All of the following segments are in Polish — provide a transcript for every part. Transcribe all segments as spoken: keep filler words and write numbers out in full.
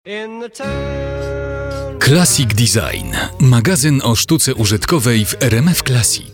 Classic Design. Magazyn o sztuce użytkowej w R M F Classic.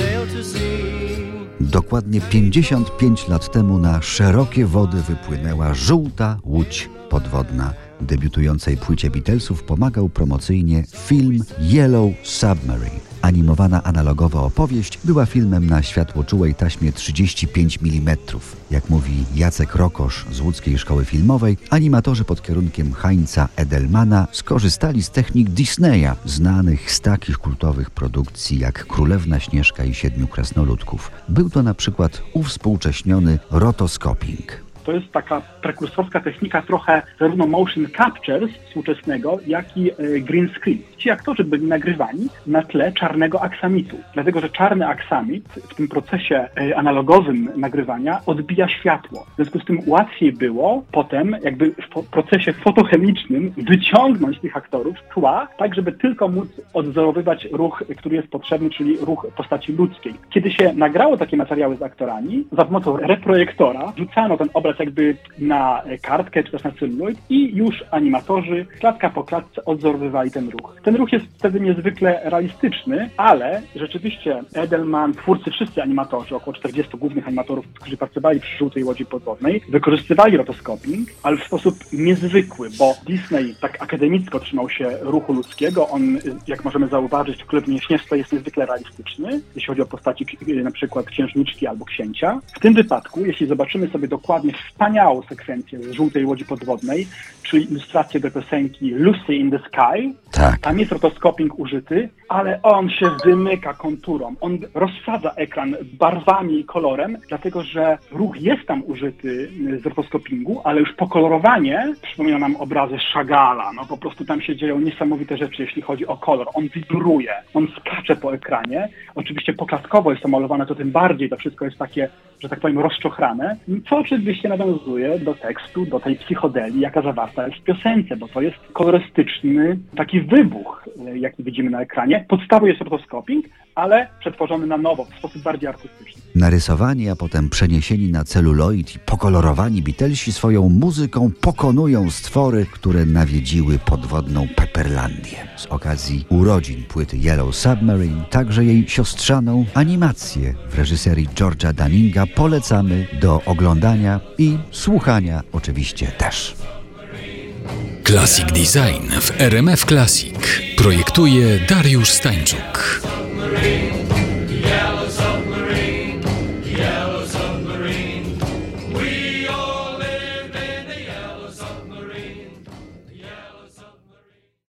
Dokładnie pięćdziesiąt pięć lat temu na szerokie wody wypłynęła żółta łódź podwodna. Debiutującej płycie Beatlesów pomagał promocyjnie film Yellow Submarine. Animowana analogowa opowieść była filmem na światłoczułej taśmie trzydzieści pięć milimetrów. Jak mówi Jacek Rokosz z Łódzkiej Szkoły Filmowej, animatorzy pod kierunkiem Heinza Edelmana skorzystali z technik Disneya, znanych z takich kultowych produkcji jak Królewna Śnieżka i Siedmiu Krasnoludków. Był to na przykład uwspółcześniony rotoscoping. To jest taka prekursorska technika trochę zarówno motion capture współczesnego, jak i green screen. Ci aktorzy byli nagrywani na tle czarnego aksamitu, dlatego że czarny aksamit w tym procesie analogowym nagrywania odbija światło. W związku z tym łatwiej było potem jakby w procesie fotochemicznym wyciągnąć tych aktorów z tła, tak żeby tylko móc odwzorowywać ruch, który jest potrzebny, czyli ruch postaci ludzkiej. Kiedy się nagrało takie materiały z aktorami, za pomocą reprojektora rzucano ten obraz jakby na kartkę czy też na celuloid i już animatorzy klatka po klatce odwzorowywali ten ruch. Ten ruch jest wtedy niezwykle realistyczny, ale rzeczywiście Edelman, twórcy, wszyscy animatorzy, około czterdziestu głównych animatorów, którzy pracowali przy żółtej łodzi podwodnej, wykorzystywali rotoscoping, ale w sposób niezwykły, bo Disney tak akademicko trzymał się ruchu ludzkiego. On, jak możemy zauważyć, w Królewnie Śnieżce jest niezwykle realistyczny, jeśli chodzi o postaci na przykład księżniczki albo księcia. W tym wypadku, jeśli zobaczymy sobie dokładnie wspaniałą sekwencję z żółtej łodzi podwodnej, czyli ilustrację do piosenki Lucy in the Sky. Tak. Tam jest rotoscoping użyty, ale on się wymyka konturą. On rozsadza ekran barwami i kolorem, dlatego że ruch jest tam użyty z rotoscopingu, ale już pokolorowanie przypomina nam obrazy Chagalla. No po prostu tam się dzieją niesamowite rzeczy, jeśli chodzi o kolor. On wibruje, on skacze po ekranie. Oczywiście poklaskowo jest to malowane, to tym bardziej to wszystko jest takie, że tak powiem, rozczochrane, co oczywiście nawiązuje do tekstu, do tej psychodelii, jaka zawarta jest w piosence, bo to jest kolorystyczny taki wybuch, jaki widzimy na ekranie. Podstawą jest rotoscoping, ale przetworzony na nowo, w sposób bardziej artystyczny. Narysowani, a potem przeniesieni na celuloid i pokolorowani Beatlesi swoją muzyką pokonują stwory, które nawiedziły podwodną Pepperlandię. Z okazji urodzin płyty Yellow Submarine, także jej siostrzaną animację w reżyserii George'a Dunninga polecamy do oglądania i słuchania oczywiście też. Classic Design w R M F Classic projektuje Dariusz Stańczuk.